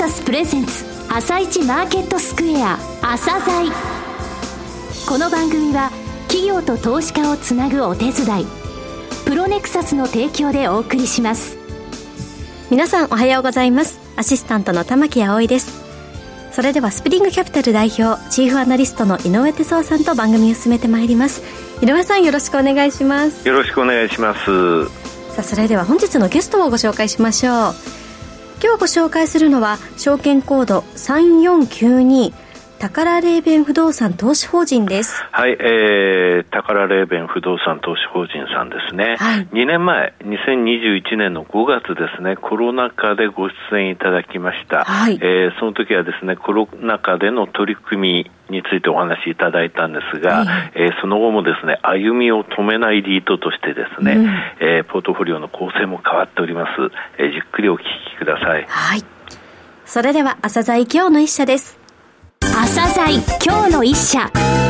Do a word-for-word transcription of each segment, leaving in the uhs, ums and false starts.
サスプレゼンツ朝一マーケットスクエア朝鮮。この番組は企業と投資家をつなぐお手伝いプロネクサスの提供でお送りします。 皆さんおはようございます。アシスタントの玉木葵です。それではスプリングキャピタル代表チーフアナリストの井上哲夫さんと番組を進めてまいります。井上さん、よろしくお願いします。 よろしくお願いします。 さあ、それでは本日のゲストをご紹介しましょう。今日ご紹介するのは証券コードさんよんきゅうにタカラレーベン不動産投資法人です。 はい、えー、タカラレーベン不動産投資法人さんですね、はい、にねんまえにせんにじゅういちねんのごがつですね、コロナ禍でご出演いただきました、はい、えー、その時はですねコロナ禍での取り組みについてお話しいただいたんですが、はい、えー、その後もですね歩みを止めないリートとしてですね、うん、えー、ポートフォリオの構成も変わっております。えー、じっくりお聞きください。 はい、それでは朝鮮今日の一社です。 朝鮮今日の一社。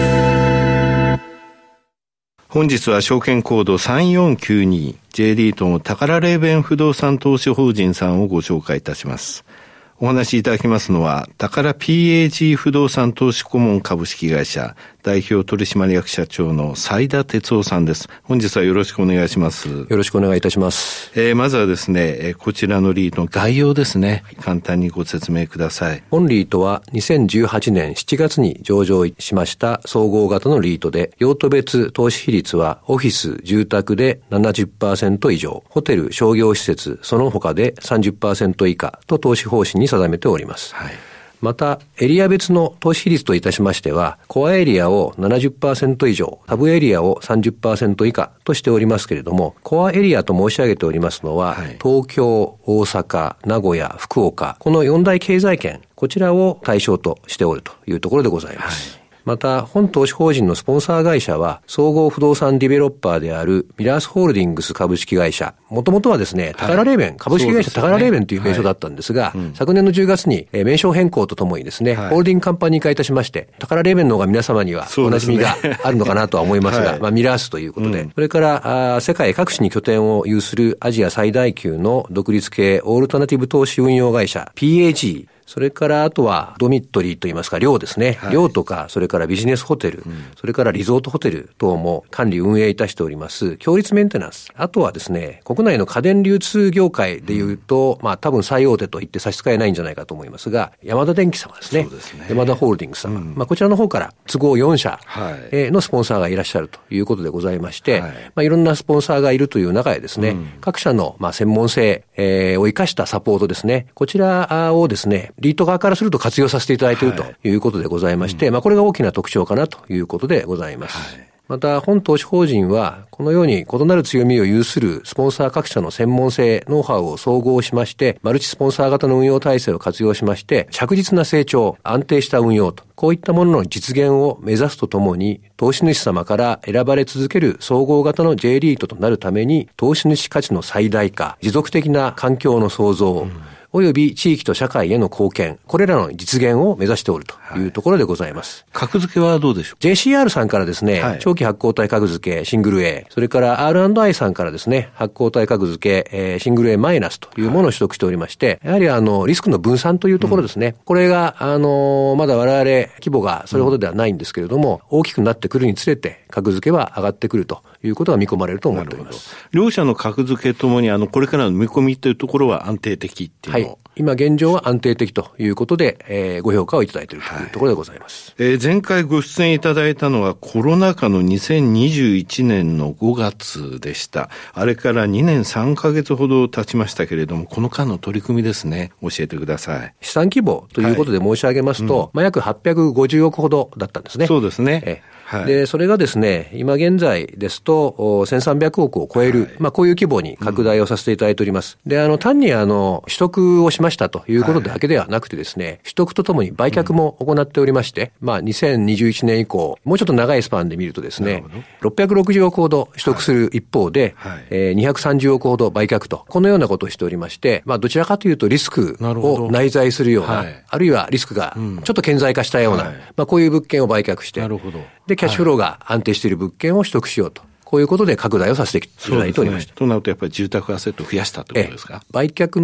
本日は証券コードさんよんきゅうに J リートのタカラレーベン不動産投資法人さんをご紹介いたします。お話しいただきますのはタカラ ピーエージー 不動産投資顧問株式会社代表取締役社長の斉田哲夫さんです。本日はよろしくお願いします。 よろしくお願いいたします。 えー、まずはですね、えー、こちらのリートの概要ですね、簡単にご説明ください。 本リートはにせんじゅうはちねんしちがつに上場しました総合型のリートで、用途別投資比率はオフィス住宅で ななじゅっパーセント 以上、ホテル商業施設その他で さんじゅっパーセント 以下と投資方針に定めております。はい、またエリア別の投資比率といたしましては、コアエリアを ななじゅっパーセント 以上、サブエリアを さんじゅっパーセント 以下としておりますけれども、コアエリアと申し上げておりますのは、はい、東京、大阪、名古屋、福岡、このよん大経済圏、こちらを対象としておるというところでございます。はい、また本投資法人のスポンサー会社は総合不動産ディベロッパーであるミラースホールディングス株式会社、もともとはですね、タカラレーベン、はい、株式会社タカラレーベンという名称だったんですが、はい、うん、昨年のじゅうがつに名称変更とともにですね、はい、ホールディングカンパニー化いたしまして、タカラレーベンの方が皆様にはお馴染みがあるのかなとは思いますが、はい、まあ、ミラースということで、うん、それからあ世界各地に拠点を有するアジア最大級の独立系オールタナティブ投資運用会社 ピーエージー、それからあとはドミットリーといいますか寮ですね、はい、寮とかそれからビジネスホテル、うん、それからリゾートホテル等も管理運営いたしております強立メンテナンス、あとはですね国内の家電流通業界でいうと、うん、まあ多分最大手と言って差し支えないんじゃないかと思いますが、ヤマダ電機様ですね、そうですね、ヤマダホールディングス様、うん、まあこちらの方から都合よん社のスポンサーがいらっしゃるということでございまして、はい、まあいろんなスポンサーがいるという中でですね、うん、各社のまあ専門性、えー、を生かしたサポートですね、こちらをですねリート側からすると活用させていただいているということでございまして、はい、うん、まあこれが大きな特徴かなということでございます。はい、また本投資法人はこのように異なる強みを有するスポンサー各社の専門性、ノウハウを総合しましてマルチスポンサー型の運用体制を活用しまして着実な成長、安定した運用と、こういったものの実現を目指すとともに、投資主様から選ばれ続ける総合型の J リートとなるために投資主価値の最大化、持続的な環境の創造、うん、および地域と社会への貢献、これらの実現を目指しておるというところでございます。 はい、格付けはどうでしょう？ ジェーシーアール さんからですね、はい、長期発行体格付けシングル A、それから アールアンドアイ さんからですね、発行体格付け、えー、シングル A マイナスというものを取得しておりまして、はい、やはりあのリスクの分散というところですね。うん、これがあのまだ我々規模がそれほどではないんですけれども、うん、大きくなってくるにつれて格付けは上がってくるということが見込まれると思っております。 両社の格付けともにあのこれからの見込みというところは安定的っていうのを、はい、 今現状は安定的ということで、えー、ご評価をいただいているというところでございます。 はい、えー、前回ご出演いただいたのはコロナ禍のにせんにじゅういちねんのごがつでした。あれからにねんさんかげつほど経ちましたけれども、この間の取り組みですね、教えてください。 資産規模ということで申し上げますと、はい、うん、まあ、約はっぴゃくごじゅうおくほどだったんですね。 そうですね。 えはい、でそれがですね今現在ですとせんさんびゃくおくを超える、はい、まあ、こういう規模に拡大をさせていただいております。うん、であの単にあの取得をしましたということだけではなくてですね、はい、取得とともに売却も行っておりまして、うん、まあ、にせんにじゅういちねん以降もうちょっと長いスパンで見るとですねろっぴゃくろくじゅうおくほど取得する一方で、はいはい、えー、にひゃくさんじゅうおくほど売却と、このようなことをしておりまして、まあ、どちらかというとリスクを内在するような、はい、あるいはリスクがちょっと顕在化したような、はい、まあ、こういう物件を売却して、なるほど、でキャッシュフローが安定している物件を取得しようと、こういうことで拡大をさせていただいておりました。 となるとやっぱり住宅アセットを増やしたということですか？ 売却の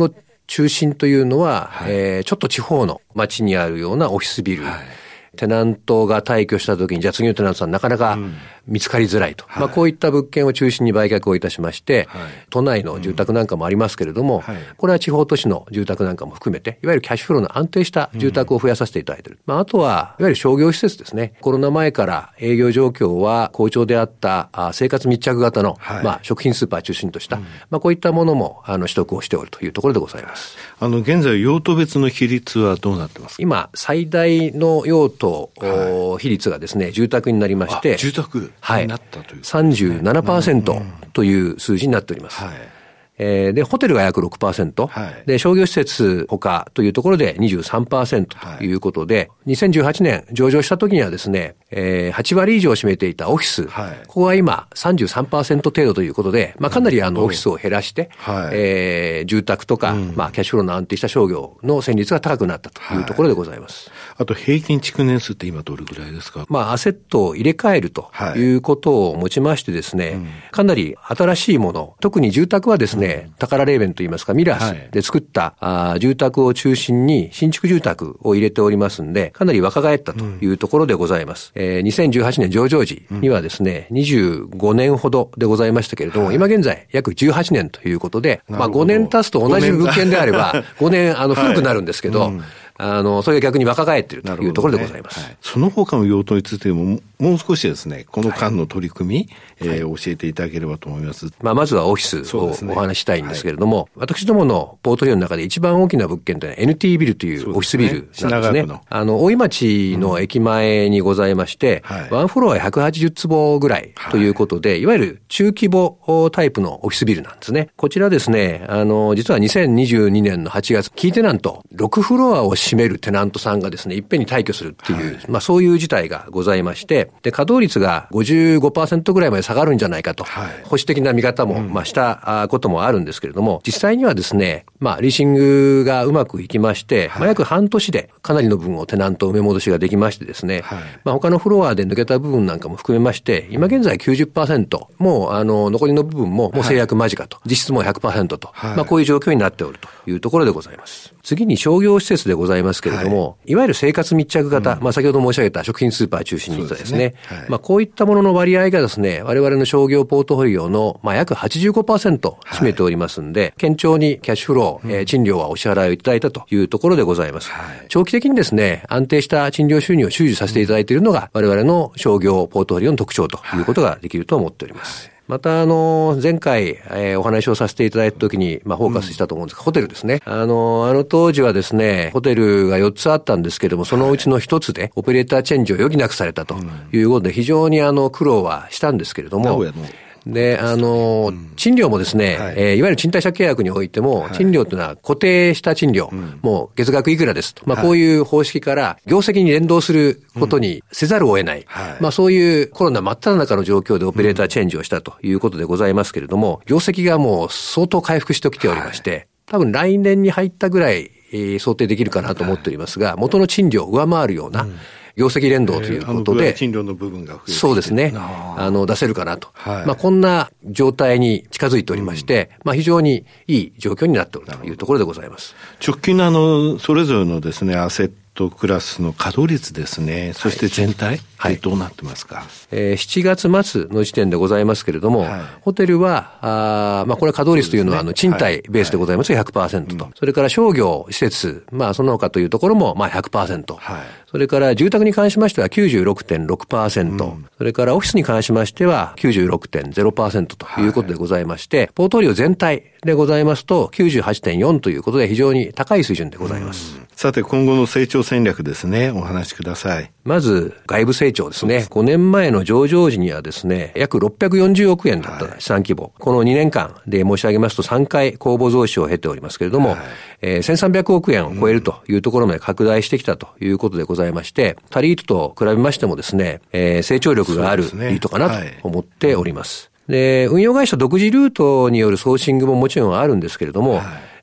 中心というのは、はい、えー、ちょっと地方の町にあるようなオフィスビル、はい、テナントが退去した時に、じゃあ次のテナントさんなかなか見つかりづらいと。うん、まあこういった物件を中心に売却をいたしまして、はい、都内の住宅なんかもありますけれども、うん、これは地方都市の住宅なんかも含めて、いわゆるキャッシュフローの安定した住宅を増やさせていただいている。うん、まああとは、いわゆる商業施設ですね。コロナ前から営業状況は好調であったあ生活密着型の、はい、まあ食品スーパー中心とした、うん、まあこういったものもあの取得をしておるというところでございます。 あの、現在用途別の比率はどうなってますか？ 今、最大の用途、はい、比率がですね、住宅になりまして、 住宅になったという、ね、はい、 さんじゅうななパーセント という数字になっております。はい、えー、で、ホテルが約 ろくパーセント、はい、で、商業施設他というところで にじゅうさんパーセント ということで、はい、にせんじゅうはちねん上場した時にはですね、えー、はちわり以上占めていたオフィス、はい、ここは今 さんじゅうさんパーセント 程度ということで、まあ、かなりあのオフィスを減らして、はい、えー、住宅とか、うん、まあ、キャッシュフローの安定した商業の占率が高くなったというところでございます。はい、 あと平均築年数って今どれぐらいですか？ まあ、アセットを入れ替えるということをもちましてですね、はい、うん、かなり新しいもの、特に住宅はですね、うん、タカラレーベンといいますか、ミラースで作った、はい、あ住宅を中心に新築住宅を入れておりますんで、かなり若返ったというところでございます。うん、えー、にせんじゅうはちねん上場時にはですね、うん、にじゅうごねんほどでございましたけれども、はい、今現在約じゅうはちねんということで、まあごねん経つと同じ物件であればごねんあの古くなるんですけど、はい、うん、あの、それが逆に若返っているというところでございます。ね、はい、 その他の用途についても、もう少しですね、この間の取り組み、はい、えー、教えていただければと思います。 まあ、まずはオフィスをお話したいんですけれども、ね、はい、私どものポートフォリオの中で一番大きな物件というのは エヌティー ビルというオフィスビルなんですね。すね、のあの、大井町の駅前にございまして、うん、はい、ワンフロアひゃくはちじゅうつぼぐらいということで、はい、いわゆる中規模タイプのオフィスビルなんですね。こちらですね、あの、実はにせんにじゅうにねんのはちがつ、キーテナント、ろくフロアを占めるテナントさんがですね、いっぺんに退去するっていう、はい、まあそういう事態がございまして、で、稼働率がごじゅうごパーセント ぐらいまで下がるんじゃないかと、はい、保守的な見方も、まあしたこともあるんですけれども、実際にはですね、まあリーシングがうまくいきまして、はい、まあ約半年でかなりの部分をテナント埋め戻しができましてですね、はい、まあ他のフロアで抜けた部分なんかも含めまして、今現在 きゅうじゅっパーセント、もうあの残りの部分ももう制約間近と、はい、実質も ひゃくパーセント と、はい、まあこういう状況になっておるというところでございます。次に商業施設でございますけれども、はい、いわゆる生活密着型、うん、まあ先ほど申し上げた食品スーパー中心にですね、はい、まあこういったものの割合がですね、我々の商業ポートフォリオのまあ約 はちじゅうごパーセント 占めておりますんで、はい、堅調にキャッシュフロー、うん、えー、賃料はお支払いをいただいたというところでございます。はい、長期的にですね、安定した賃料収入を収受させていただいているのが我々の商業ポートフォリオの特徴ということができると思っております。はい、また、あの、前回、えー、お話をさせていただいたときに、まあ、フォーカスしたと思うんですが、うん、ホテルですね。あの、あの当時はですね、ホテルがよっつあったんですけども、そのうちのひとつで、オペレーターチェンジを余儀なくされたということで、非常にあの、苦労はしたんですけれども、で、あの、うん、賃料もですね、はい、えー、いわゆる賃貸借契約においても、はい、賃料というのは固定した賃料、うん、もう月額いくらですと。まあ、こういう方式から、業績に連動することにせざるを得ない。うん、はい、まあ、そういうコロナ真っ只中の状況でオペレーターチェンジをしたということでございますけれども、業績がもう相当回復してきておりまして、はい、多分来年に入ったぐらい、えー、想定できるかなと思っておりますが、元の賃料を上回るような、うん、業績連動ということで、 賃料の部分が増えてそうですね。あの、出せるかなと。はい、まあ、こんな状態に近づいておりまして、うん、まあ、非常にいい状況になっておるというところでございます。 直近のあの、それぞれのですね、アセットクラスの稼働率ですね、そして全体、はい、どうなってますか？はい、 えー、しちがつ末の時点でございますけれども、はい、ホテルは、あまあ、これは稼働率というのは、ね、あの、賃貸ベースでございますが ひゃくパーセント と、はい、それから商業施設、まあ、その他というところも、まあ、ひゃくパーセント。はい、それから住宅に関しましては きゅうじゅうろくてんろくパーセント、うん、それからオフィスに関しましては きゅうじゅうろくてんゼロパーセント ということでございまして、はい、ポートフォリオ全体でございますと きゅうじゅうはちてんよん ということで非常に高い水準でございます。 うん、さて今後の成長戦略ですね、お話しください。 まず外部成長ですね。ごねんまえの上場時にはですね、約ろっぴゃくよんじゅうおくえんだった資産規模、はい、このにねんかんで申し上げますとさんかい公募増資を経ておりますけれども、はい、えー、せんさんびゃくおくえんを超えるというところまで拡大してきたということでございまして、他リートと比べましてもですね、えー、成長力があるリートかなと思っております。で、運用会社独自ルートによるソーシングももちろんあるんですけれども、はい、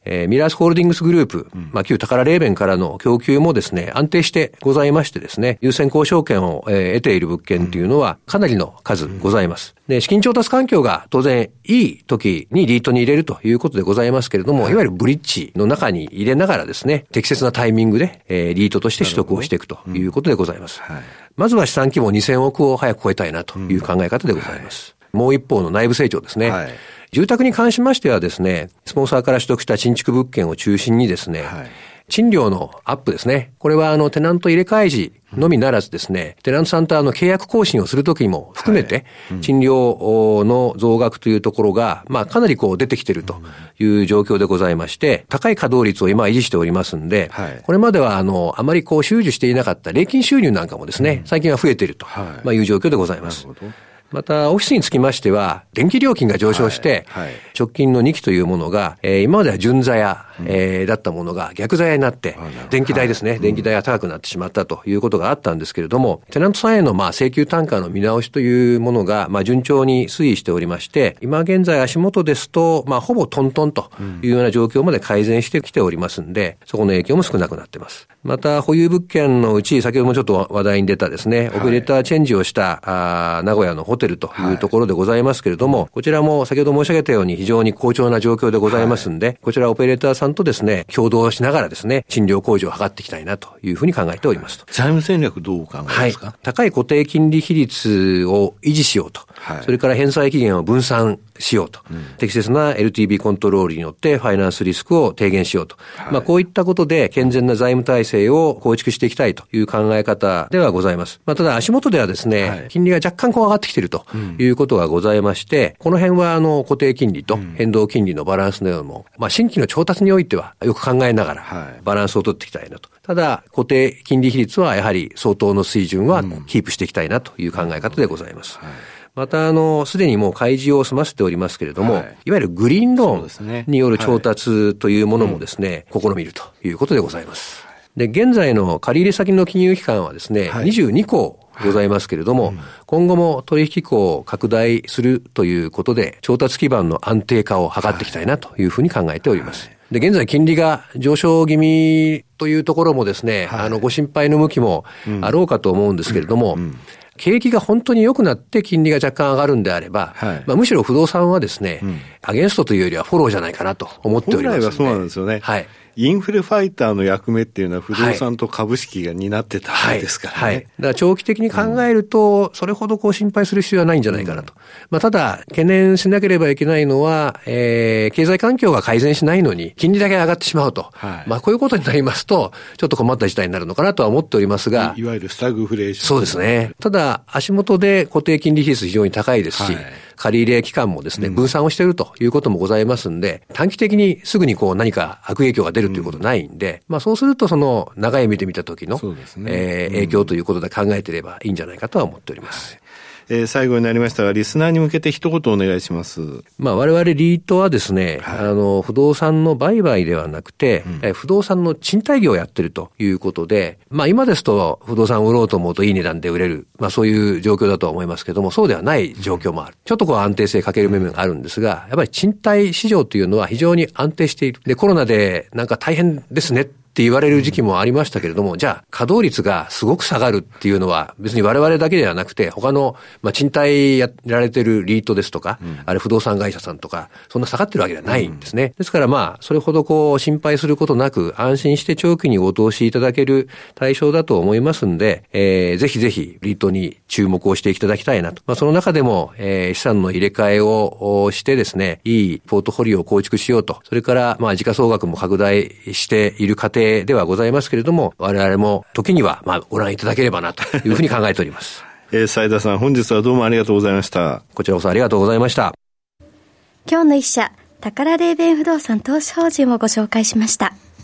えー、ミラースホールディングスグループ、うん、まあ、旧宝レーベンからの供給もですね、安定してございましてですね、優先交渉権を、えー、得ている物件っていうのはかなりの数ございます。うん、で、資金調達環境が当然いい時にリートに入れるということでございますけれども、はい、いわゆるブリッジの中に入れながらですね、適切なタイミングで、えー、リートとして取得をしていくということでございます。うん、はい、まずは資産規模にせんおくを早く超えたいなという考え方でございます。うん、はい、もう一方の内部成長ですね。はい、住宅に関しましてはですね、スポンサーから取得した新築物件を中心にですね、はい、賃料のアップですね。これはあのテナント入れ替え時のみならずですね、うん、テナントさんとあの契約更新をするときも含めて、はい、うん、賃料の増額というところが、まあかなりこう出てきているという状況でございまして、高い稼働率を今維持しておりますんで、はい、これまではあの、あまりこう収受していなかった礼金収入なんかもですね、うん、最近は増えていると、はい、まあいう状況でございます。なるほど。また、オフィスにつきましては、電気料金が上昇して、はいはい、直近のにきというものが、えー、今までは純座屋、うん、えー、だったものが逆座屋になって、電気代ですね、はい、電気代が高くなってしまったということがあったんですけれども、テナントさんへのまあ請求単価の見直しというものが、まあ順調に推移しておりまして、今現在足元ですと、まあほぼトントンというような状況まで改善してきておりますんで、そこの影響も少なくなっています。また、保有物件のうち、先ほどもちょっと話題に出たですね、オペレーターチェンジをした、あ名古屋のホテルというところでございますけれども、はい、こちらも先ほど申し上げたように非常に好調な状況でございますんで、はい、こちらオペレーターさんとですね、共同しながらですね、賃料向上を図っていきたいなというふうに考えておりますと。 財務戦略どうお考えですか？ はい、高い固定金利比率を維持しようと、はい、それから返済期限を分散しようと、うん、適切な エルティービー コントロールによってファイナンスリスクを低減しようと、はい、まあこういったことで健全な財務体制を構築していきたいという考え方ではございます。まあただ足元ではですね、はい、金利が若干こう上がってきているということがございまして、うん、この辺はあの固定金利と変動金利のバランスのようも、まあ新規の調達においてはよく考えながらバランスを取っていきたいなと。ただ固定金利比率はやはり相当の水準はキープしていきたいなという考え方でございます。うん、はい、また、あの、すでにもう開示を済ませておりますけれども、はい、いわゆるグリーンローンによる調達というものもですね、はい、試みるということでございます。で、現在の借入先の金融機関はですね、はい、にじゅうにこございますけれども、はい、うん、今後も取引口を拡大するということで、調達基盤の安定化を図っていきたいなというふうに考えております。はい、で、現在金利が上昇気味というところもですね、はい、あの、ご心配の向きもあろうかと思うんですけれども、うんうんうん、景気が本当に良くなって金利が若干上がるんであれば、はい、まあ、むしろ不動産はですね、うん、アゲンストというよりはフォローじゃないかなと思っておりますので。 本来はそうなんですよね。はい。インフレファイターの役目っていうのは不動産と株式が担ってたわけですからね。はいはいはい、だから長期的に考えると、それほどこう心配する必要はないんじゃないかなと。うん、まあ、ただ、懸念しなければいけないのは、えー、経済環境が改善しないのに、金利だけ上がってしまうと。はい、まあ、こういうことになりますと、ちょっと困った事態になるのかなとは思っておりますが。 い, いわゆるスタグフレーション。 そうですね。ただ、足元で固定金利比率非常に高いですし、はい、借入期間もですね、分散をしているということもございますんで、短期的にすぐにこう何か悪影響が出るということないんで、うん、まあそうするとその長い目で見た時の、ね、えー、影響ということで考えていればいいんじゃないかとは思っております。はい、 えー、最後になりましたが、リスナーに向けて一言お願いします。 まあ我々リートはですね、はい、あの、不動産の売買ではなくて、うん、えー、不動産の賃貸業をやってるということで、まあ今ですと不動産を売ろうと思うといい値段で売れる、まあそういう状況だとは思いますけども、そうではない状況もある。うん、ちょっとこう安定性欠ける面があるんですが、やっぱり賃貸市場というのは非常に安定している。で、コロナでなんか大変ですねって言われる時期もありましたけれども、じゃあ稼働率がすごく下がるっていうのは別に我々だけではなくて他のまあ賃貸やられてるリートですとか、うん、あれ不動産会社さんとかそんな下がってるわけではないんですね。うん、ですからまあそれほどこう心配することなく安心して長期にお投資いただける対象だと思いますんで、えー、ぜひぜひリートに注目をしていただきたいなと。まあその中でも、えー、資産の入れ替えをしてですね、いいポートフォリオを構築しようと。それからまあ時価総額も拡大している過程ではございますけれども、我々も時にはまあご覧いただければなというふうに考えております。 えー、斉田さん、本日はどうもありがとうございました。 こちらこそありがとうございました。 今日の一社、宝レーベン不動産投資法人をご紹介しました。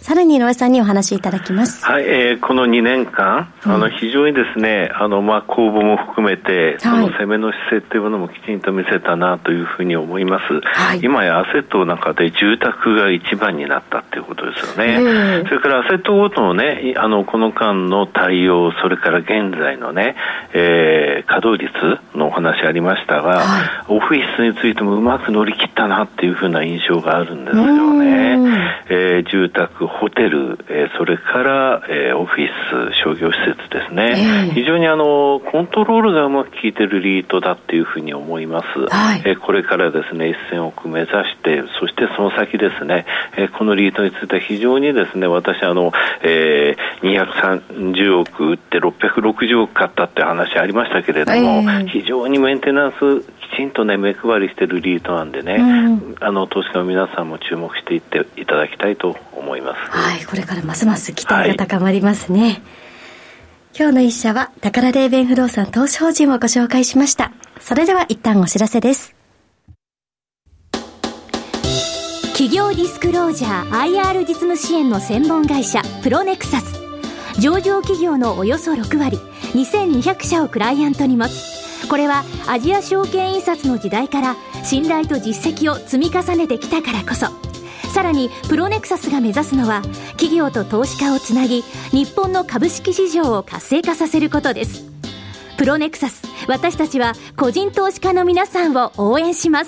さらに井上さんにお話しいただきます。 はい、えー、このにねんかん、うん、あの非常にですね、あのまあ公募も含めてその攻めの姿勢というものもきちんと見せたなというふうに思います。はい、今やアセットの中で住宅が一番になったっていうことですよね。それからアセットごとのね、あのこの間の対応、それから現在のね、えー、稼働率のお話ありましたが、はい、オフィスについてもうまく乗り切ったなっていうふうな印象があるんですよね。えー、住宅、ホテル、えー、それから、えー、オフィス、商業施設ですね、えー、非常にあのコントロールがうまく効いているリートだっていうふうに思います。はい、えー、これからですね、せんおく目指して、そしてその先ですね、えー、このリートについては非常にですね、私あの、えー、にひゃくさんじゅうおく売ってろっぴゃくろくじゅうおく買ったって話ありましたけれども、えー、非常にメンテナンスきちんとね目配りしているリートなんでね、うん、あの投資家の皆さんも注目していっていただきたいと思います。 はい、これからますます期待が高まりますね。はい、今日の一社はタカラレーベン不動産投資法人をご紹介しました。それでは一旦お知らせです。 企業ディスクロージャー アイアール 実務支援の専門会社プロネクサス、上場企業のおよそろくわりにせんにひゃくしゃをクライアントに持つ。これはアジア証券印刷の時代から信頼と実績を積み重ねてきたからこそ。さらにプロネクサスが目指すのは企業と投資家をつなぎ、日本の株式市場を活性化させることです。プロネクサス、私たちは個人投資家の皆さんを応援します。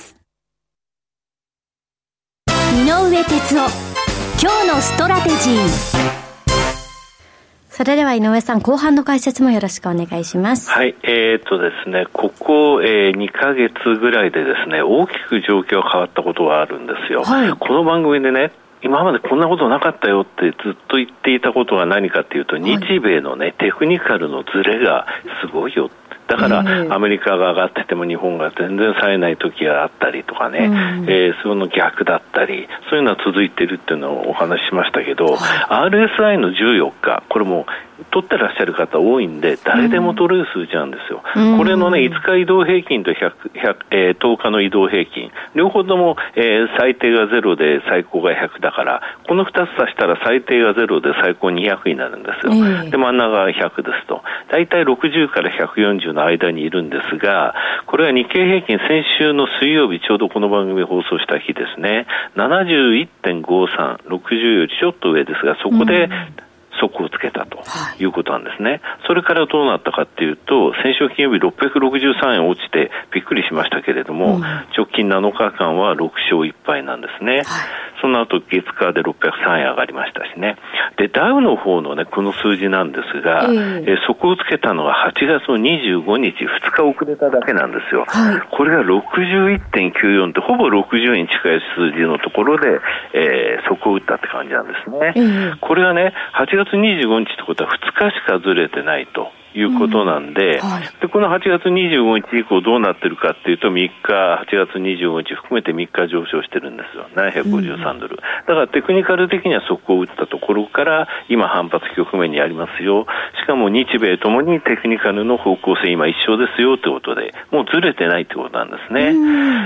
井上哲夫、今日のストラテジー。 それでは井上さん、後半の解説もよろしくお願いします。 はい、えーとですね、ここ、えー、にかげつぐらいでですね、大きく状況が変わったことがあるんですよ。はい、この番組でね、今までこんなことなかったよってずっと言っていたことは何かっていうと、はい、日米のね、テクニカルのズレがすごいよ。だから、えー、アメリカが上がってても日本が全然冴えない時があったりとかね、うん、えー、その逆だったり、そういうのは続いているっていうのをお話ししましたけど、はい、アールエスアイ のじゅうよっか、これも取ってらっしゃる方多いんで、誰でも取れる数字なんですよ。うん、これのね、いつか移動平均とひゃく、ひゃく、えー、とおかの移動平均、両方とも、えー、最低がゼロで最高がひゃくだから、このふたつ足したら最低がゼロで最高にひゃくになるんですよ。えー、で、真ん中がひゃくですと。だいたいろくじゅうからひゃくよんじゅうの間にいるんですが、これは日経平均先週の水曜日、ちょうどこの番組放送した日ですね、ななじゅういってんごさん、ろくじゅうよりちょっと上ですが、そこで、うん、底をつけたということなんですね。はい、それからどうなったかっていうと、先週金曜日ろっぴゃくろくじゅうさんえん落ちてびっくりしましたけれども、うん、直近なのかかんはろくしょういっぱいなんですね。はい、その後月火でろっぴゃくさんえん上がりましたしね。で、ダウの方のね、この数字なんですが、えーえー、底をつけたのははちがつのにじゅうごにち、ふつか遅れただけなんですよ。はい、これが ろくじゅういってんきゅうよん ってほぼろくじゅうえんに近い数字のところで、えー、底を打ったって感じなんですね。えー、これはね、はちがつにじゅうごにちってことはふつかしかずれてないということなんで、うん、はい、でこのはちがつにじゅうごにち以降どうなってるかっていうと、みっか、はちがつにじゅうごにち含めてみっか上昇してるんですよ。ななひゃくごじゅうさんドル、うん、だからテクニカル的には底を打ったところから今反発局面にありますよ。しかも日米ともにテクニカルの方向性今一緒ですよということで、もうずれてないってことなんですね。うん、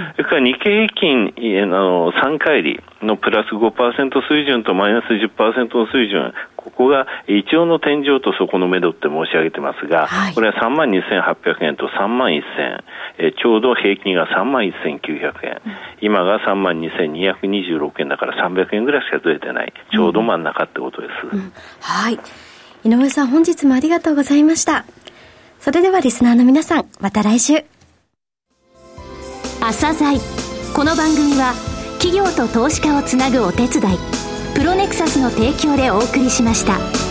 それから日経平均あのさんかいりのプラス ごパーセント 水準とマイナス じゅっパーセント の水準、ここが一応の天井とそこの目処って申し上げてますが、はい、これは さんまんにせんはっぴゃくえんとさんまんせんえん、えちょうど平均が さんまんせんきゅうひゃくえん、うん、今が さんまんにせんにひゃくにじゅうろくえんだからさんびゃくえんぐらいしかずれてない、ちょうど真ん中ってことです。うんうん、 はい。井上さん、本日もありがとうございました。それではリスナーの皆さん、また来週。 朝鮮、この番組は企業と投資家をつなぐお手伝い、プロネクサスの提供でお送りしました。